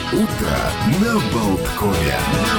Утро на Болткове.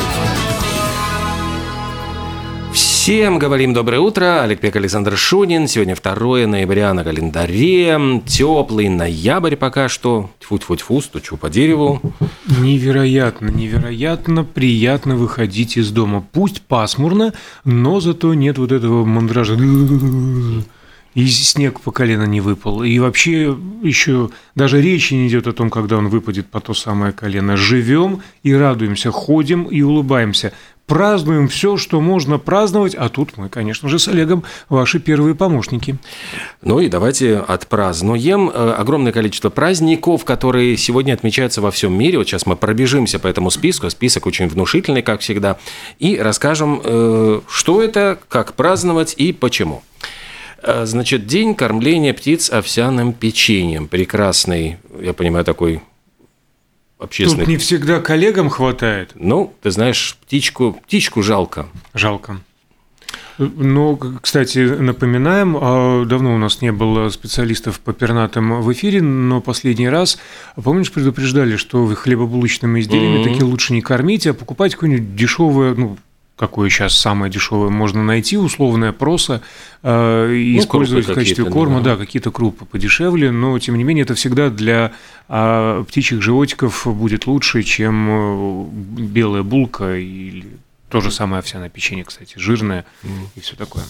Всем говорим доброе утро. Олег Пек, Александр Шунин. Сегодня 2 ноября на календаре. Теплый ноябрь пока что. Тьфу-тьфу-тьфу, стучу по дереву. Невероятно приятно выходить из дома. Пусть пасмурно, но зато нет вот этого мандража. И снег по колено не выпал. И вообще еще даже речи не идет о том, когда он выпадет по то самое колено. Живем и радуемся, ходим и улыбаемся. Празднуем все, что можно праздновать, а тут мы, конечно же, с Олегом ваши первые помощники. Ну и давайте отпразднуем огромное количество праздников, которые сегодня отмечаются во всем мире. Вот сейчас мы пробежимся по этому списку, список очень внушительный, как всегда, и расскажем, что это, как праздновать и почему. Значит, день кормления птиц овсяным печеньем. Прекрасный, я понимаю, такой общественный. Тут не всегда коллегам хватает. Ну, ты знаешь, птичку жалко. Жалко. Но, кстати, напоминаем, давно у нас не было специалистов по пернатым в эфире, но последний раз, помнишь, предупреждали, что хлебобулочными изделиями такие лучше не кормить, а покупать какое-нибудь дешевое, какое сейчас самое дешевое можно найти, условное проса, и использовать в качестве корма, какие-то крупы подешевле, но, тем не менее, это всегда для птичьих животиков будет лучше, чем белая булка или то же самое овсяное печенье, кстати, жирное и все такое.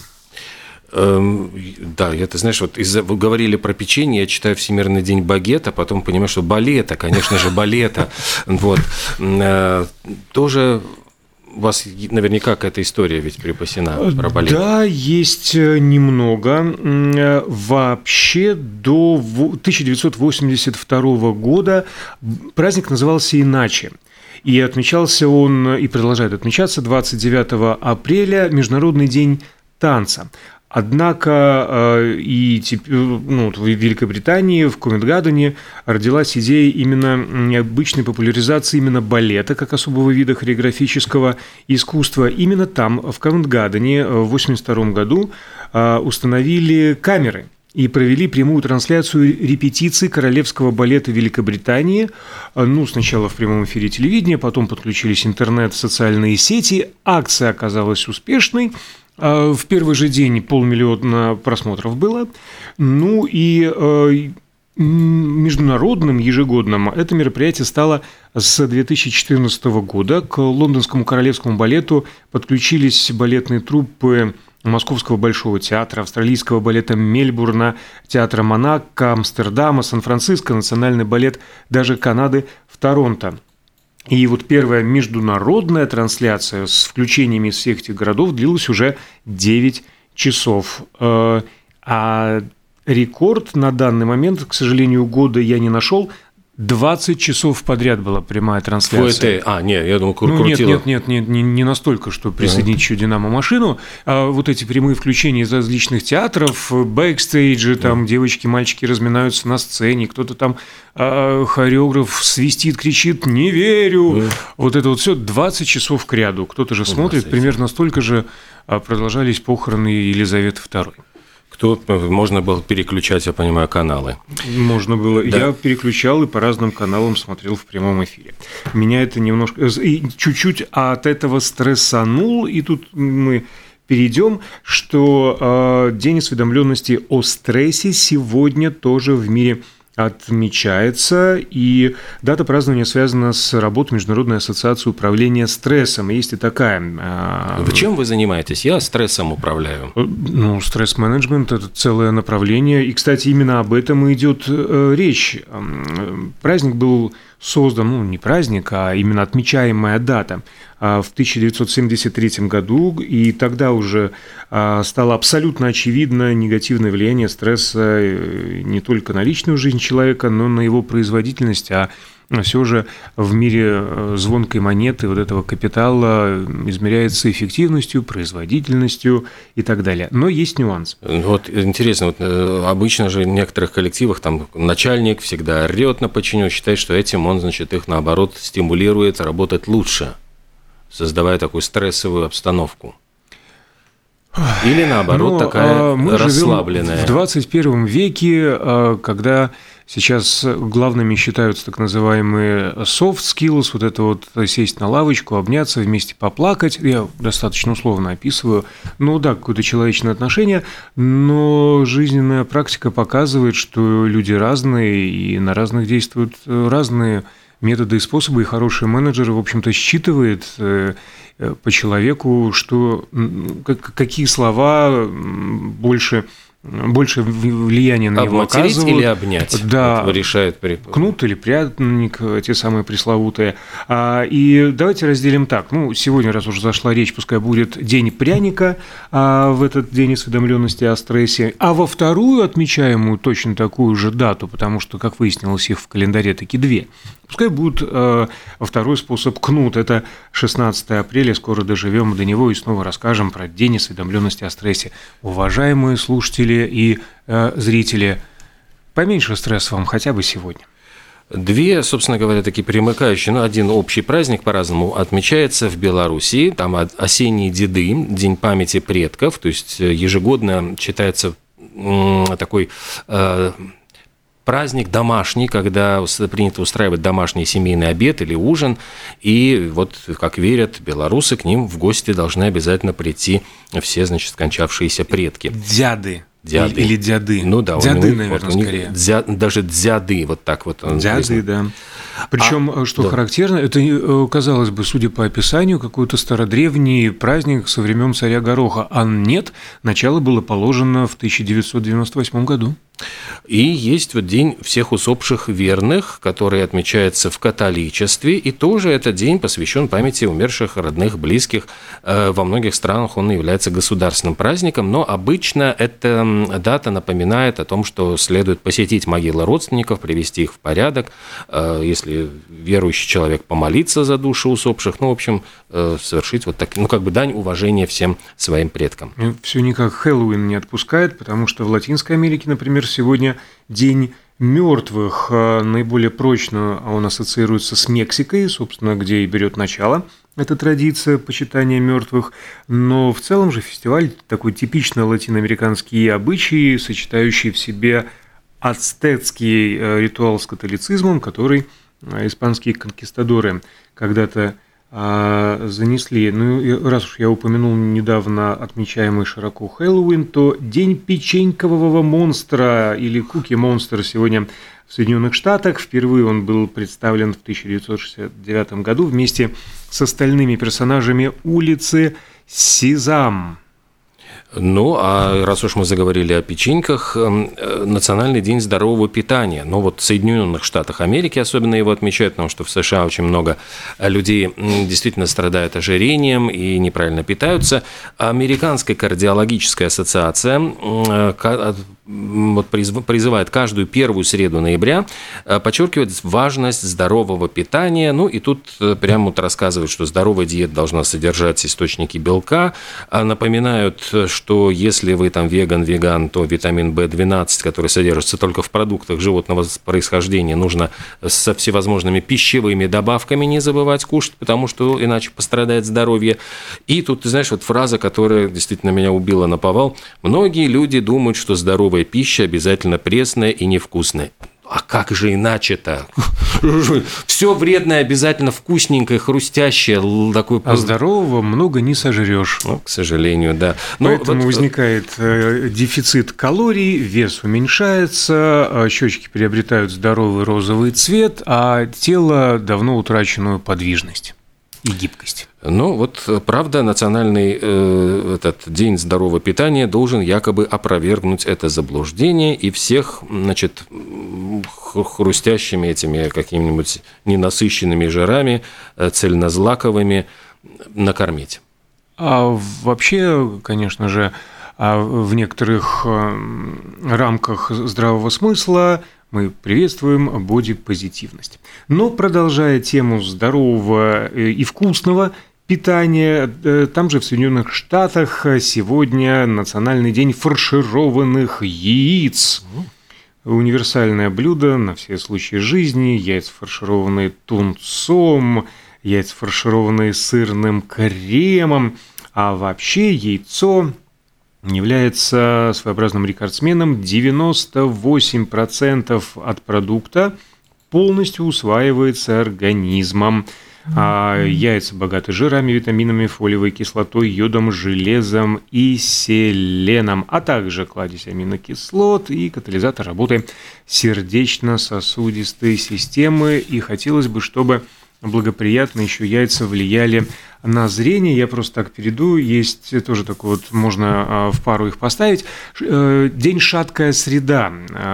Да, ты знаешь, вы говорили про печенье, я читаю Всемирный день багета, потом понимаю, что балета, конечно же, балета, тоже... У вас наверняка какая-то история ведь припасена про балет. Да, есть немного. Вообще до 1982 года праздник назывался иначе. И отмечался он, и продолжает отмечаться 29 апреля, Международный день танца. Однако и в Великобритании, в Ковент-Гардене родилась идея именно необычной популяризации именно балета, как особого вида хореографического искусства. Именно там, в Ковент-Гардене, в 1982 году установили камеры и провели прямую трансляцию репетиций королевского балета Великобритании. Сначала в прямом эфире телевидения, потом подключились интернет, социальные сети. Акция оказалась успешной. В первый же день 500 000 просмотров было. Международным ежегодным это мероприятие стало с 2014 года. К Лондонскому королевскому балету подключились балетные труппы Московского Большого театра, Австралийского балета Мельбурна, театра Монако, Амстердама, Сан-Франциско, национальный балет даже Канады в Торонто. И первая международная трансляция с включениями из всех этих городов длилась уже 9 часов. А рекорд на данный момент, к сожалению, года я не нашел. 20 часов подряд была прямая трансляция. Я думал, крутила. Нет, не настолько, что присоединить еще «Динамо-машину». А эти прямые включения из различных театров, бэкстейджи, там девочки, мальчики разминаются на сцене, кто-то там, хореограф свистит, кричит «не верю». Это все 20 часов к ряду. Кто-то же смотрит, примерно столько же продолжались похороны Елизаветы II. Можно было переключать, я понимаю, каналы. Можно было. Да. Я переключал и по разным каналам смотрел в прямом эфире. Меня это немножко... чуть-чуть от этого стрессанул, и тут мы перейдем, что День осведомленности о стрессе сегодня тоже в мире отмечается, и дата празднования связана с работой Международной ассоциации управления стрессом. Есть и такая... Чем вы занимаетесь? Я стрессом управляю. Стресс-менеджмент – это целое направление, и, кстати, именно об этом и идет речь. Праздник был создан, не праздник, а именно отмечаемая дата в 1973 году, и тогда уже стало абсолютно очевидно негативное влияние стресса не только на личную жизнь человека, но на его производительность, а все же в мире звонкой монеты этого капитала измеряется эффективностью, производительностью и так далее. Но есть нюанс. Интересно, обычно же в некоторых коллективах там начальник всегда орет на подчиненных, считает, что этим он, их наоборот стимулирует работать лучше, создавая такую стрессовую обстановку. Или наоборот, такая расслабленная. В 21 веке, когда Сейчас главными считаются так называемые soft skills, вот это вот сесть на лавочку, обняться, вместе поплакать. Я достаточно условно описываю. Ну да, какое-то человечное отношение, но жизненная практика показывает, что люди разные и на разных действуют разные методы и способы, и хороший менеджер, в общем-то, считывает по человеку, что, какие слова больше влияния на него оказывают. Обматерить или обнять? Да. Вот решает. Кнут или пряник, те самые пресловутые. И давайте разделим так. Ну, сегодня, раз уже зашла речь, пускай будет день пряника в этот день осведомленности о стрессе. А во вторую отмечаемую точно такую же дату, потому что, как выяснилось, их в календаре таки две. Пускай будет второй способ кнут. Это 16 апреля, скоро доживем до него и снова расскажем про день осведомленности о стрессе. Уважаемые слушатели и зрители, поменьше стресса вам хотя бы сегодня. Две, собственно говоря, такие примыкающие, ну, один общий праздник по-разному отмечается в Белоруссии, там осенние деды, День памяти предков, то есть ежегодно читается такой праздник домашний, когда принято устраивать домашний семейный обед или ужин, и вот, как верят белорусы, к ним в гости должны обязательно прийти все, значит, скончавшиеся предки. Дяды. Дяды. Или дяды. Ну да, дяды, наверное, вот скорее. Даже дзяды, вот так вот. Дяды, да. Причем, что да. характерно, это, казалось бы, судя по описанию, какой-то стародревний праздник со времен царя Гороха. А нет, начало было положено в 1998 году. И есть вот День всех усопших верных, который отмечается в католичестве, и тоже этот день посвящен памяти умерших родных, близких. Во многих странах он является государственным праздником, но обычно эта дата напоминает о том, что следует посетить могилы родственников, привести их в порядок, если верующий человек помолиться за души усопших, ну, в общем, совершить вот так, ну, как бы дань уважения всем своим предкам. Все никак Хэллоуин не отпускает, потому что в Латинской Америке, например, сегодня День мертвых. Наиболее прочно он ассоциируется с Мексикой, собственно, где и берет начало эта традиция почитания мертвых. Но в целом же фестиваль такой типично латиноамериканские обычаи, сочетающие в себе ацтекский ритуал с католицизмом, который испанские конкистадоры когда-то занесли. Ну, раз уж я упомянул недавно отмечаемый широко Хэллоуин, то День печенькового монстра или куки-монстр сегодня в Соединенных Штатах. Впервые он был представлен в 1969 году вместе с остальными персонажами улицы Сезам. Ну, а раз уж мы заговорили о печеньках, Национальный день здорового питания. Ну, вот в Соединенных Штатах Америки особенно его отмечают, потому что в США очень много людей действительно страдают ожирением и неправильно питаются. Американская кардиологическая ассоциация призывает каждую первую среду ноября подчеркивать важность здорового питания. Ну, и тут прямо вот рассказывают, что здоровая диета должна содержать источники белка. Напоминают, что если вы там веган, то витамин В12, который содержится только в продуктах животного происхождения, нужно со всевозможными пищевыми добавками не забывать кушать, потому что иначе пострадает здоровье. И тут, ты знаешь, вот фраза, которая действительно меня убила наповал. Многие люди думают, что здоровая пища обязательно пресная и невкусная. А как же иначе-то? Все вредное обязательно вкусненькое, хрустящее. Такое... А здорового много не сожрешь. Ну, к сожалению, да. Поэтому возникает дефицит калорий, вес уменьшается, щечки приобретают здоровый розовый цвет, а тело давно утраченную подвижность и гибкость. Ну, вот, правда, национальный этот день здорового питания должен якобы опровергнуть это заблуждение и всех, значит, хрустящими этими какими-нибудь ненасыщенными жирами, цельнозлаковыми накормить. А вообще, конечно же, в некоторых рамках здравого смысла мы приветствуем бодипозитивность. Но, продолжая тему здорового и вкусного питания, там же в Соединенных Штатах сегодня Национальный день фаршированных яиц. Универсальное блюдо на все случаи жизни. Яйца, фаршированные тунцом, яйца, фаршированные сырным кремом. А вообще яйцо является своеобразным рекордсменом. 98% от продукта полностью усваивается организмом. Яйца богаты жирами, витаминами, фолиевой кислотой, йодом, железом и селеном, а также кладезь аминокислот и катализатор работы сердечно-сосудистой системы. И хотелось бы, чтобы благоприятно еще яйца влияли на зрение. Я просто так перейду. Есть тоже такой вот, можно в пару их поставить. День «Шаткая среда».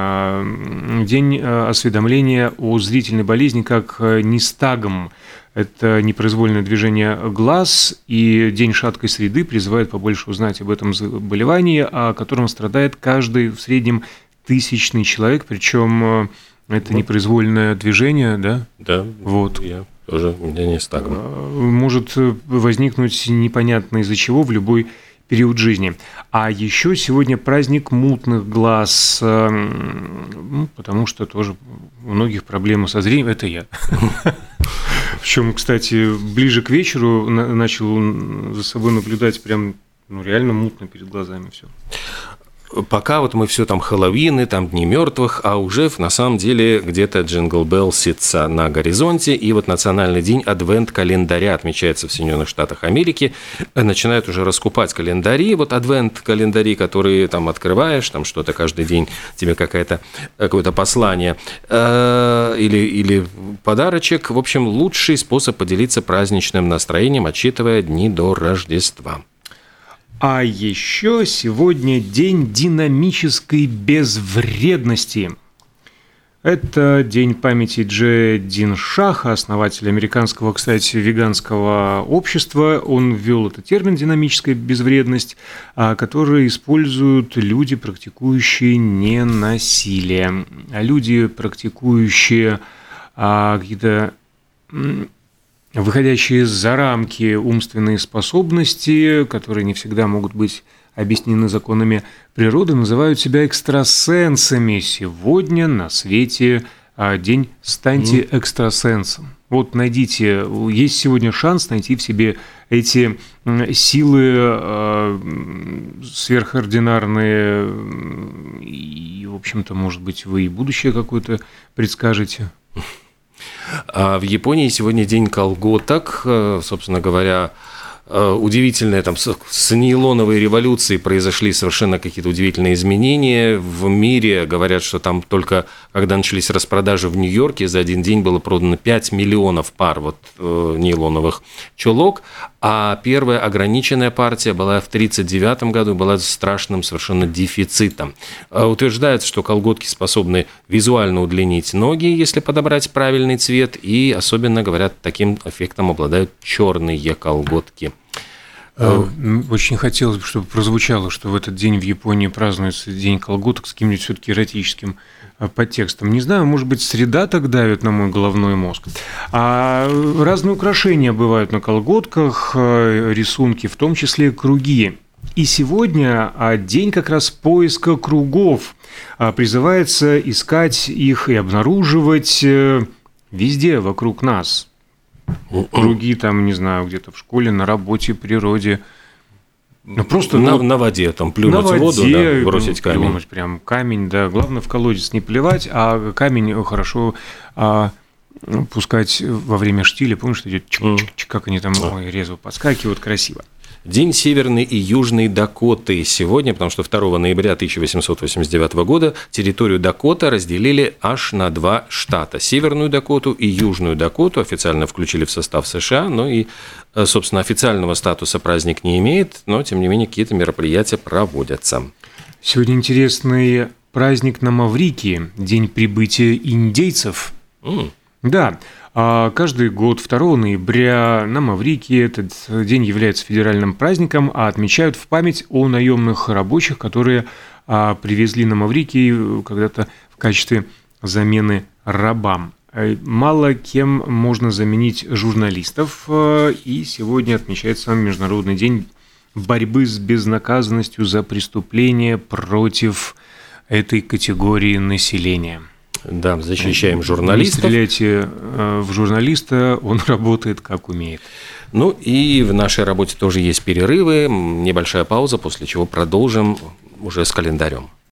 День осведомления о зрительной болезни как нистагм. Это непроизвольное движение глаз, и День шаткой среды призывает побольше узнать об этом заболевании, о котором страдает каждый в среднем 1000 человек, причем это непроизвольное движение, да? Да, вот. Я тоже, у меня нистагм. Может возникнуть непонятно из-за чего в любой период жизни. А еще сегодня праздник мутных глаз, потому что тоже у многих проблемы со зрением. Это я. Причем, кстати, ближе к вечеру начал за собой наблюдать прям реально мутно перед глазами все. Пока вот мы все там Хэллоуины, там Дни мертвых, а уже на самом деле где-то Джингл Белл сится на горизонте, и вот национальный день адвент-календаря отмечается в Соединенных Штатах Америки. Начинают уже раскупать календари, вот адвент-календари, которые там открываешь, там что-то каждый день тебе какое-то послание или подарочек. В общем, лучший способ поделиться праздничным настроением, отсчитывая дни до Рождества. А еще сегодня день динамической безвредности. Это день памяти Дже Дин Шаха, основателя американского, кстати, веганского общества. Он ввел этот термин «динамическая безвредность», который используют люди, практикующие ненасилие. А люди, практикующие какие-то выходящие за рамки умственные способности, которые не всегда могут быть объяснены законами природы, называют себя экстрасенсами. Сегодня на свете день «Станьте экстрасенсом». Вот найдите, есть сегодня шанс найти в себе эти силы сверхординарные, и, в общем-то, может быть, вы и будущее какое-то предскажете. А в Японии сегодня день колготок, собственно говоря, удивительные, там с нейлоновой революцией произошли совершенно какие-то удивительные изменения в мире. Говорят, что там только когда начались распродажи в Нью-Йорке, за один день было продано 5 миллионов пар нейлоновых чулок, а первая ограниченная партия была в 1939 году, была страшным совершенно дефицитом. Утверждается, что колготки способны визуально удлинить ноги, если подобрать правильный цвет, и особенно, говорят, таким эффектом обладают черные колготки. Очень хотелось бы, чтобы прозвучало, что в этот день в Японии празднуется День колготок с каким-нибудь все-таки эротическим подтекстом. Не знаю, может быть, среда так давит на мой головной мозг. Разные украшения бывают на колготках, рисунки, в том числе круги. И сегодня день как раз поиска кругов. Призывается искать их и обнаруживать везде вокруг нас. Круги там, не знаю, где-то в школе, на работе, природе. Просто на воде, там плюнуть в воду, да, бросить камень. Плюнуть прям камень, да. Главное в колодец не плевать, а камень хорошо пускать во время штиля. Помнишь, что идет чик-чик-чик, как они там резво подскакивают, красиво. День Северной и Южной Дакоты сегодня, потому что 2 ноября 1889 года территорию Дакота разделили аж на 2 штата. Северную Дакоту и Южную Дакоту официально включили в состав США, но и, собственно, официального статуса праздник не имеет, но, тем не менее, какие-то мероприятия проводятся. Сегодня интересный праздник на Маврикии, день прибытия индейцев. Да. Каждый год 2 ноября на Маврикии этот день является федеральным праздником, а отмечают в память о наемных рабочих, которые привезли на Маврикий когда-то в качестве замены рабам. Мало кем можно заменить журналистов, и сегодня отмечается Международный день борьбы с безнаказанностью за преступления против этой категории населения. Да, защищаем журналистов. Не стреляйте в журналиста, он работает как умеет. Ну и в нашей работе тоже есть перерывы, небольшая пауза, после чего продолжим уже с календарем.